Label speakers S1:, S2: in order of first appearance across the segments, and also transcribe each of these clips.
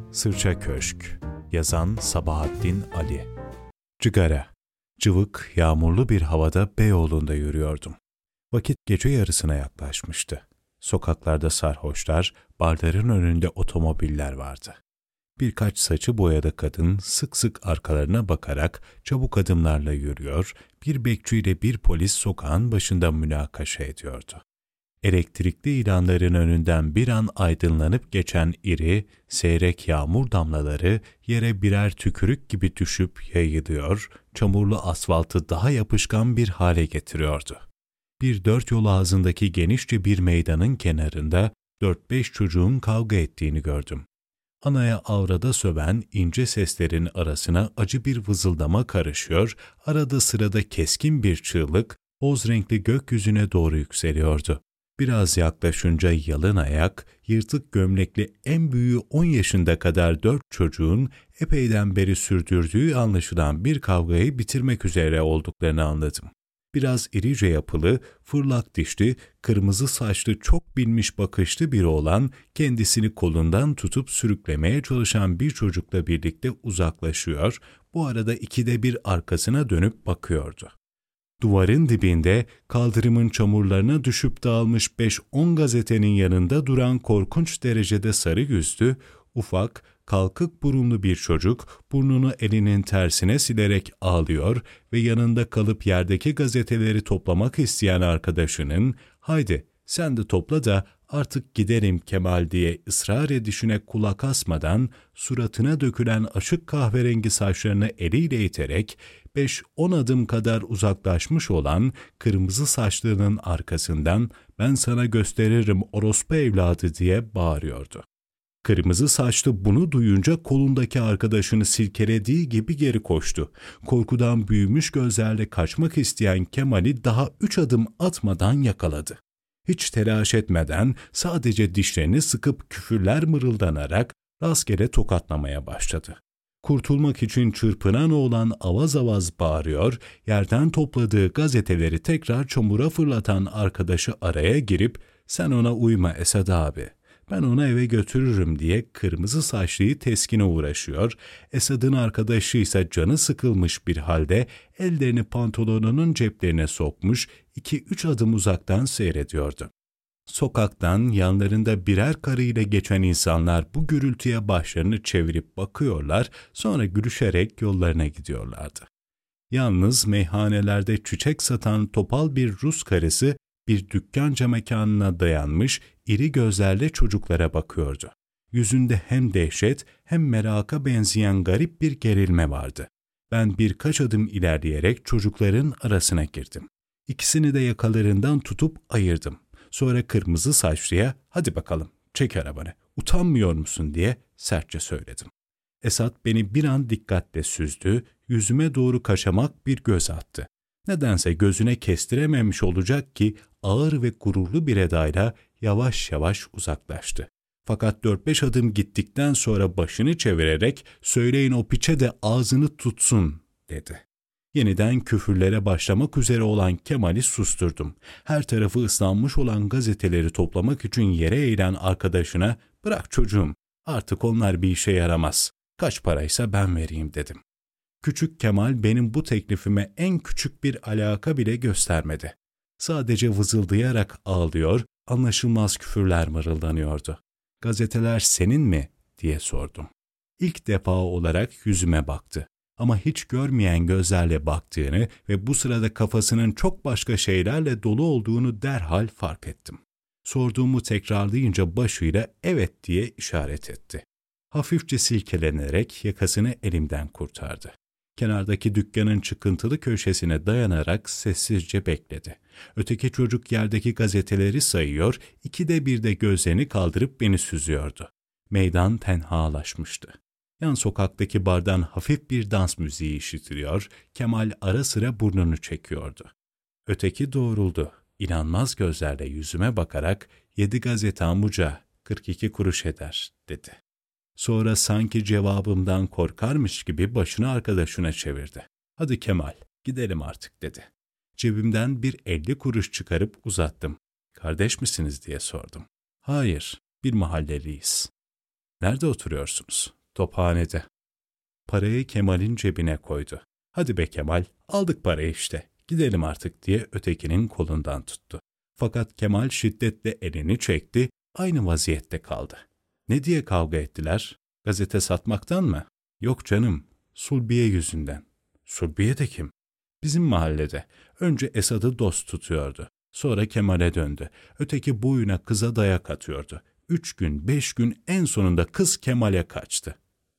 S1: Sırça Köşk. Yazan Sabahattin Ali. Cigara. Cıvık, yağmurlu bir havada Beyoğlu'nda yürüyordum. Vakit gece yarısına yaklaşmıştı. Sokaklarda sarhoşlar, barların önünde otomobiller vardı. Birkaç saçı boyalı kadın sık sık arkalarına bakarak çabuk adımlarla yürüyor, bir bekçiyle bir polis sokağın başında münakaşa ediyordu. Elektrikli ilanların önünden bir an aydınlanıp geçen iri, seyrek yağmur damlaları yere birer tükürük gibi düşüp yayılıyor, çamurlu asfaltı daha yapışkan bir hale getiriyordu. Bir dört yol ağzındaki genişçe bir meydanın kenarında 4-5 çocuğun kavga ettiğini gördüm. Anaya avrada söven ince seslerin arasına acı bir vızıldama karışıyor, arada sırada keskin bir çığlık, boz renkli gökyüzüne doğru yükseliyordu. Biraz yaklaşınca yalın ayak, yırtık gömlekli en büyüğü 10 yaşında kadar 4 çocuğun epeyden beri sürdürdüğü anlaşılan bir kavgayı bitirmek üzere olduklarını anladım. Biraz irice yapılı, fırlak dişli, kırmızı saçlı çok bilmiş bakışlı biri olan kendisini kolundan tutup sürüklemeye çalışan bir çocukla birlikte uzaklaşıyor, bu arada ikide bir arkasına dönüp bakıyordu. Duvarın dibinde kaldırımın çamurlarına düşüp dağılmış 5-10 gazetenin yanında duran korkunç derecede sarı yüzlü, ufak, kalkık burunlu bir çocuk burnunu elinin tersine silerek ağlıyor ve yanında kalıp yerdeki gazeteleri toplamak isteyen arkadaşının "Haydi sen de topla da artık giderim Kemal" diye ısrar edişine kulak asmadan suratına dökülen açık kahverengi saçlarını eliyle iterek 5-10 adım kadar uzaklaşmış olan kırmızı saçlının arkasından "Ben sana gösteririm orospu evladı" diye bağırıyordu. Kırmızı saçlı bunu duyunca kolundaki arkadaşını silkelediği gibi geri koştu. Korkudan büyümüş gözlerle kaçmak isteyen Kemal'i daha 3 adım atmadan yakaladı. Hiç telaş etmeden sadece dişlerini sıkıp küfürler mırıldanarak rastgele tokatlamaya başladı. Kurtulmak için çırpınan oğlan avaz avaz bağırıyor, yerden topladığı gazeteleri tekrar çamura fırlatan arkadaşı araya girip "Sen ona uyma Esad abi, ben onu eve götürürüm" diye kırmızı saçlıyı teskine uğraşıyor, Esad'ın arkadaşı ise canı sıkılmış bir halde ellerini pantolonunun ceplerine sokmuş 2-3 adım uzaktan seyrediyordu. Sokaktan yanlarında birer karıyla geçen insanlar bu gürültüye başlarını çevirip bakıyorlar, sonra gülüşerek yollarına gidiyorlardı. Yalnız meyhanelerde çiçek satan topal bir Rus karısı bir dükkanca mekanına dayanmış iri gözlerle çocuklara bakıyordu. Yüzünde hem dehşet hem meraka benzeyen garip bir gerilme vardı. Ben birkaç adım ilerleyerek çocukların arasına girdim. İkisini de yakalarından tutup ayırdım. Sonra kırmızı saçlıya "Hadi bakalım, çek arabanı, utanmıyor musun?" diye sertçe söyledim. Esad beni bir an dikkatle süzdü, yüzüme doğru kaçamak bir göz attı. Nedense gözüne kestirememiş olacak ki ağır ve gururlu bir edayla yavaş yavaş uzaklaştı. Fakat 4-5 adım gittikten sonra başını çevirerek "Söyleyin o piçe de ağzını tutsun" dedi. Yeniden küfürlere başlamak üzere olan Kemal'i susturdum. Her tarafı ıslanmış olan gazeteleri toplamak için yere eğilen arkadaşına "Bırak çocuğum, artık onlar bir işe yaramaz. Kaç paraysa ben vereyim" dedim. Küçük Kemal benim bu teklifime en küçük bir alaka bile göstermedi. Sadece vızıldayarak ağlıyor, anlaşılmaz küfürler mırıldanıyordu. "Gazeteler senin mi?" diye sordum. İlk defa olarak yüzüme baktı. Ama hiç görmeyen gözlerle baktığını ve bu sırada kafasının çok başka şeylerle dolu olduğunu derhal fark ettim. Sorduğumu tekrarlayınca başıyla "evet" diye işaret etti. Hafifçe silkelenerek yakasını elimden kurtardı. Kenardaki dükkanın çıkıntılı köşesine dayanarak sessizce bekledi. Öteki çocuk yerdeki gazeteleri sayıyor, ikide bir de gözlerini kaldırıp beni süzüyordu. Meydan tenhalaşmıştı. Yan sokaktaki bardan hafif bir dans müziği işitiliyor, Kemal ara sıra burnunu çekiyordu. Öteki doğruldu, inanmaz gözlerle yüzüme bakarak "7 gazete amuca, 42 kuruş eder" dedi. Sonra sanki cevabımdan korkarmış gibi başını arkadaşına çevirdi. "Hadi Kemal, gidelim artık" dedi. Cebimden bir 50 kuruş çıkarıp uzattım. "Kardeş misiniz?" diye sordum. "Hayır, bir mahalleliyiz." "Nerede oturuyorsunuz?" Tophanede. Parayı Kemal'in cebine koydu. Hadi be Kemal, aldık parayı işte, gidelim artık diye ötekinin kolundan tuttu. Fakat Kemal şiddetle elini çekti, aynı vaziyette kaldı. Ne diye kavga ettiler? Gazete satmaktan mı? Yok canım, Sulbiye yüzünden. Sulbiye de kim? Bizim mahallede. Önce Esad'ı dost tutuyordu. Sonra Kemal'e döndü. Öteki boyuna kıza dayak atıyordu. 3 gün, 5 gün en sonunda kız Kemal'e kaçtı.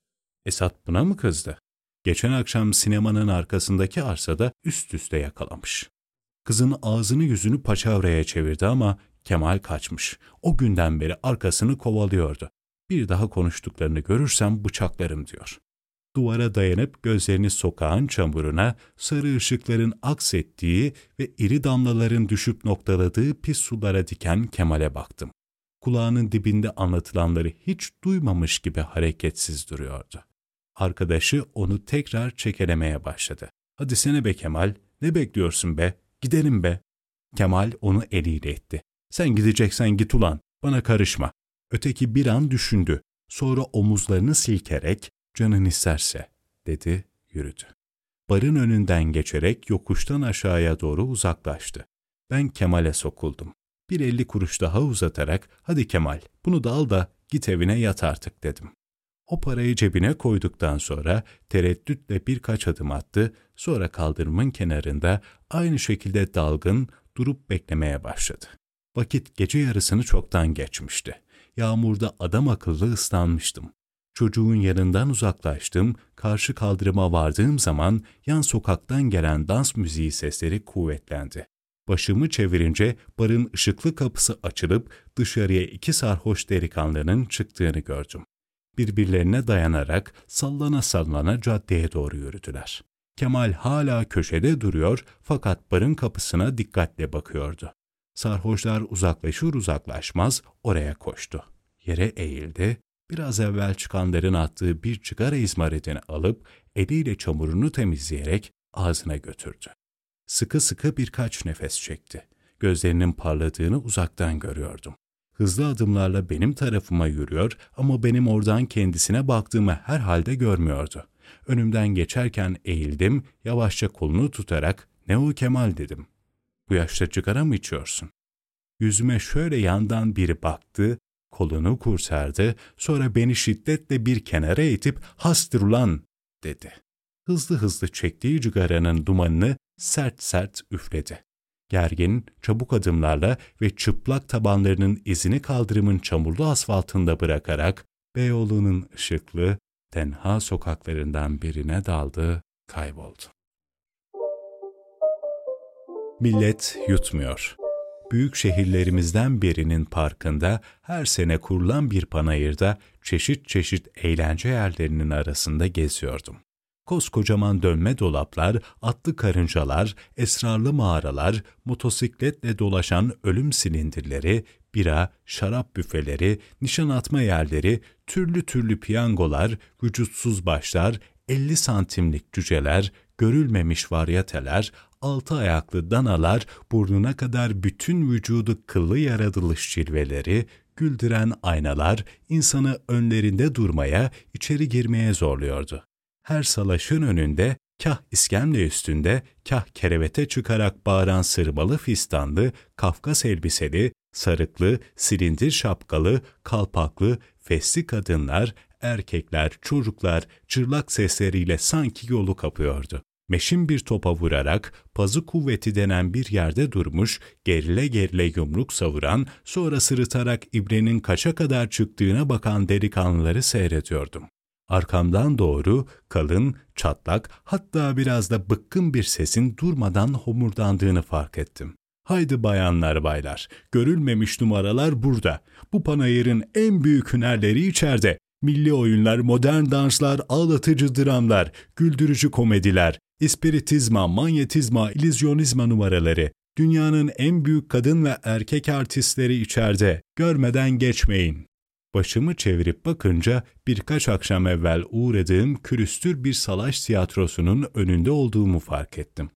S1: Esad buna mı kızdı? Geçen akşam sinemanın arkasındaki arsada üst üste yakalamış. Kızın ağzını yüzünü paçavraya çevirdi ama Kemal kaçmış. O günden beri arkasını kovalıyordu. Bir daha konuştuklarını görürsem bıçaklarım diyor. Duvara dayanıp gözlerini sokağın çamuruna, sarı ışıkların aksettiği ve iri damlaların düşüp noktaladığı pis sulara diken Kemal'e baktım. Kulağının dibinde anlatılanları hiç duymamış gibi hareketsiz duruyordu. Arkadaşı onu tekrar çekelemeye başladı. "Hadi sene be Kemal, ne bekliyorsun be, gidelim be." Kemal onu eliyle itti. "Sen gideceksen git ulan, bana karışma." Öteki bir an düşündü. Sonra omuzlarını silkerek, "Canın isterse," dedi, yürüdü. Barın önünden geçerek yokuştan aşağıya doğru uzaklaştı. Ben Kemal'e sokuldum. Bir 50 kuruş daha uzatarak, "Hadi Kemal, bunu da al da git evine yat artık," dedim. O parayı cebine koyduktan sonra tereddütle birkaç adım attı, sonra kaldırımın kenarında aynı şekilde dalgın durup beklemeye başladı. Vakit gece yarısını çoktan geçmişti. Yağmurda adam akıllı ıslanmıştım. Çocuğun yanından uzaklaştım, karşı kaldırıma vardığım zaman yan sokaktan gelen dans müziği sesleri kuvvetlendi. Başımı çevirince barın ışıklı kapısı açılıp dışarıya 2 sarhoş delikanlının çıktığını gördüm. Birbirlerine dayanarak sallana sallana caddeye doğru yürüdüler. Kemal hala köşede duruyor fakat barın kapısına dikkatle bakıyordu. Sarhoşlar uzaklaşır uzaklaşmaz oraya koştu. Yere eğildi, biraz evvel çıkanların attığı bir sigara izmaritini alıp eliyle çamurunu temizleyerek ağzına götürdü. Sıkı sıkı birkaç nefes çekti. Gözlerinin parladığını uzaktan görüyordum. Hızlı adımlarla benim tarafıma yürüyor ama benim oradan kendisine baktığımı herhalde görmüyordu. Önümden geçerken eğildim, yavaşça kolunu tutarak "Ne o Kemal?" dedim. "Bu yaşta sigara mı içiyorsun?" Yüzüme şöyle yandan biri baktı, kolunu kurtardı, sonra beni şiddetle bir kenara itip "Hastır ulan!" dedi. Hızlı hızlı çektiği cigaranın dumanını sert sert üfledi. Gergin, çabuk adımlarla ve çıplak tabanlarının izini kaldırımın çamurlu asfaltında bırakarak Beyoğlu'nun ışıklı, tenha sokaklarından birine daldı, kayboldu. Millet yutmuyor. Büyük şehirlerimizden birinin parkında her sene kurulan bir panayırda çeşit çeşit eğlence yerlerinin arasında geziyordum. Koskocaman dönme dolaplar, atlı karıncalar, esrarlı mağaralar, motosikletle dolaşan ölüm silindirleri, bira, şarap büfeleri, nişan atma yerleri, türlü türlü piyangolar, vücutsuz başlar, 50 santimlik cüceler, görülmemiş varyateler, 6 ayaklı danalar, burnuna kadar bütün vücudu kıllı yaratılış cilveleri, güldüren aynalar insanı önlerinde durmaya, içeri girmeye zorluyordu. Her salaşın önünde, kah iskemle üstünde, kah kerevete çıkarak bağıran sırmalı fistanlı, Kafkas elbiseli, sarıklı, silindir şapkalı, kalpaklı, fesli kadınlar, erkekler, çocuklar çırlak sesleriyle sanki yolu kapıyordu. Meşin bir topa vurarak pazı kuvveti denen bir yerde durmuş, gerile gerile yumruk savuran, sonra sırıtarak ibrenin kaça kadar çıktığına bakan delikanlıları seyrediyordum. Arkamdan doğru, kalın, çatlak, hatta biraz da bıkkın bir sesin durmadan homurdandığını fark ettim. "Haydi bayanlar baylar, görülmemiş numaralar burada. Bu panayırın en büyük hünerleri içeride. Milli oyunlar, modern danslar, ağlatıcı dramlar, güldürücü komediler, ispiritizma, manyetizma, illüzyonizma numaraları. Dünyanın en büyük kadın ve erkek artistleri içeride. Görmeden geçmeyin." Başımı çevirip bakınca birkaç akşam evvel uğradığım külüstür bir salaş tiyatrosunun önünde olduğumu fark ettim.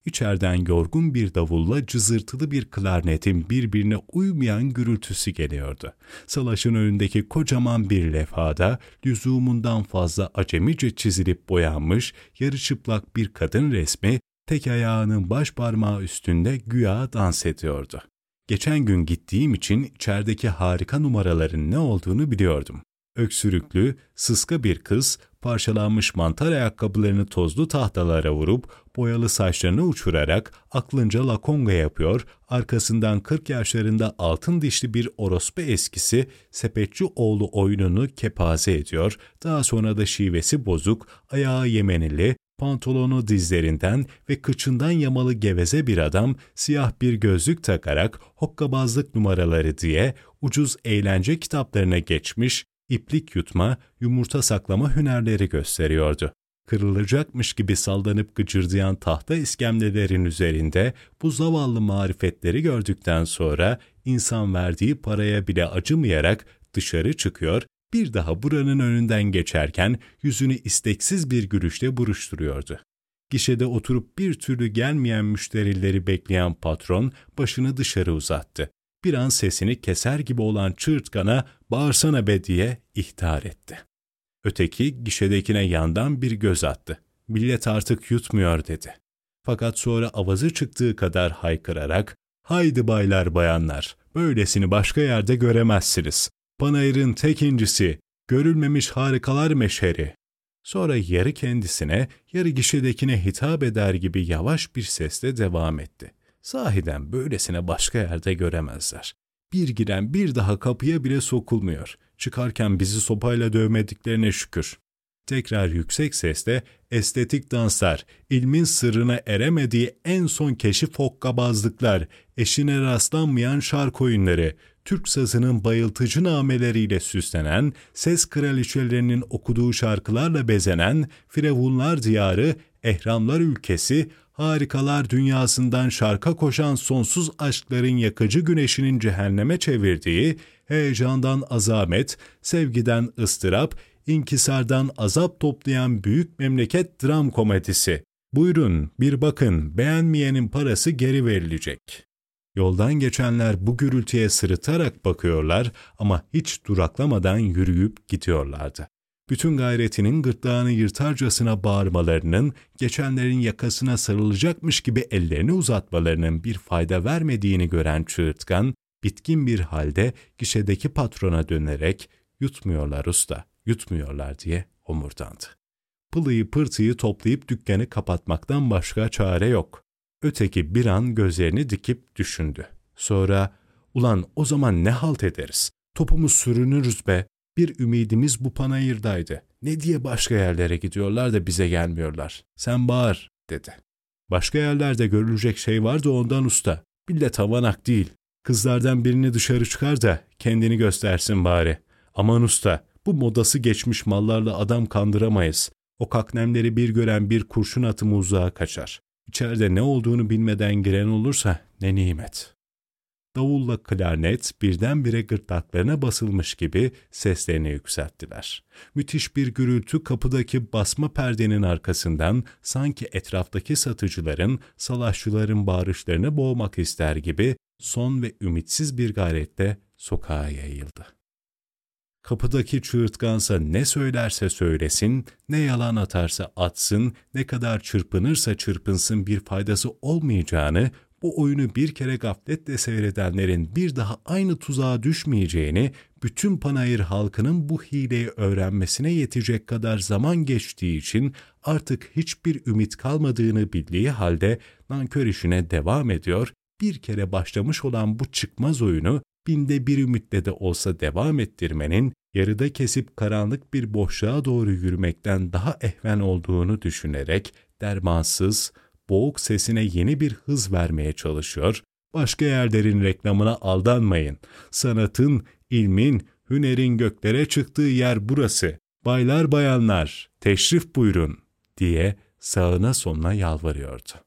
S1: İçeriden yorgun bir davulla cızırtılı bir klarnetin birbirine uymayan gürültüsü geliyordu. Salaşın önündeki kocaman bir levhada lüzumundan fazla acemice çizilip boyanmış yarı çıplak bir kadın resmi tek ayağının baş parmağı üstünde güya dans ediyordu. Geçen gün gittiğim için içerideki harika numaraların ne olduğunu biliyordum. Öksürüklü, sıska bir kız, parçalanmış mantar ayakkabılarını tozlu tahtalara vurup, boyalı saçlarını uçurarak aklınca lakonga yapıyor, arkasından 40 yaşlarında altın dişli bir orospu eskisi, sepetçi oğlu oyununu kepaze ediyor, daha sonra da şivesi bozuk, ayağı yemenili, pantolonu dizlerinden ve kıçından yamalı geveze bir adam siyah bir gözlük takarak hokkabazlık numaraları diye ucuz eğlence kitaplarına geçmiş, iplik yutma, yumurta saklama hünerleri gösteriyordu. Kırılacakmış gibi sallanıp gıcırdayan tahta iskemlelerin üzerinde bu zavallı marifetleri gördükten sonra insan verdiği paraya bile acımayarak dışarı çıkıyor, bir daha buranın önünden geçerken yüzünü isteksiz bir gülüşle buruşturuyordu. Gişede oturup bir türlü gelmeyen müşterileri bekleyen patron başını dışarı uzattı. Bir an sesini keser gibi olan çığırtkana "Bağırsana be!" diye ihtar etti. Öteki gişedekine yandan bir göz attı. "Millet artık yutmuyor." dedi. Fakat sonra avazı çıktığı kadar haykırarak "Haydi baylar bayanlar, böylesini başka yerde göremezsiniz. Panayır'ın tek incisi, görülmemiş harikalar meşheri." Sonra yarı kendisine, yarı gişedekine hitap eder gibi yavaş bir sesle devam etti. "Sahiden böylesine başka yerde göremezler. Bir giren bir daha kapıya bile sokulmuyor. Çıkarken bizi sopayla dövmediklerine şükür." Tekrar yüksek sesle estetik danslar, ilmin sırrına eremediği en son keşif hokkabazlıklar, eşine rastlanmayan şark oyunları, Türk sazının bayıltıcı nameleriyle süslenen, ses kraliçelerinin okuduğu şarkılarla bezenen, firavunlar diyarı, ehramlar ülkesi, harikalar dünyasından şarka koşan sonsuz aşkların yakıcı güneşinin cehenneme çevirdiği, heyecandan azamet, sevgiden ıstırap, inkisardan azap toplayan büyük memleket dram komedisi. Buyurun, bir bakın, beğenmeyenin parası geri verilecek. Yoldan geçenler bu gürültüye sırıtarak bakıyorlar ama hiç duraklamadan yürüyüp gidiyorlardı. Bütün gayretinin gırtlağını yırtarcasına bağırmalarının, geçenlerin yakasına sarılacakmış gibi ellerini uzatmalarının bir fayda vermediğini gören çığırtkan, bitkin bir halde gişedeki patrona dönerek "Yutmuyorlar usta, yutmuyorlar." diye homurdandı. Pılıyı pırtıyı toplayıp dükkanı kapatmaktan başka çare yok. Öteki bir an gözlerini dikip düşündü. Sonra "Ulan o zaman ne halt ederiz? Topumuz sürünürüz be. Bir ümidimiz bu panayırdaydı. Ne diye başka yerlere gidiyorlar da bize gelmiyorlar? Sen bağır." dedi. "Başka yerlerde görülecek şey var da ondan usta. Millet havanak değil. Kızlardan birini dışarı çıkar da kendini göstersin bari. Aman usta, bu modası geçmiş mallarla adam kandıramayız. O kaknemleri bir gören bir kurşun atımı uzağa kaçar. İçeride ne olduğunu bilmeden giren olursa ne nimet." Davulla klarnet birdenbire gırtlaklarına basılmış gibi seslerini yükselttiler. Müthiş bir gürültü kapıdaki basma perdenin arkasından sanki etraftaki satıcıların, salaşçıların bağırışlarını boğmak ister gibi son ve ümitsiz bir gayretle sokağa yayıldı. Kapıdaki çığırtkansa ne söylerse söylesin, ne yalan atarsa atsın, ne kadar çırpınırsa çırpınsın bir faydası olmayacağını, bu oyunu bir kere gafletle seyredenlerin bir daha aynı tuzağa düşmeyeceğini, bütün Panayır halkının bu hileyi öğrenmesine yetecek kadar zaman geçtiği için artık hiçbir ümit kalmadığını bildiği halde nankör işine devam ediyor, bir kere başlamış olan bu çıkmaz oyunu binde bir ümitle de olsa devam ettirmenin, yarıda kesip karanlık bir boşluğa doğru yürümekten daha ehven olduğunu düşünerek dermansız, boğuk sesine yeni bir hız vermeye çalışıyor, başka yerlerin reklamına aldanmayın, sanatın, ilmin, hünerin göklere çıktığı yer burası, baylar bayanlar, teşrif buyurun diye sağına soluna yalvarıyordu.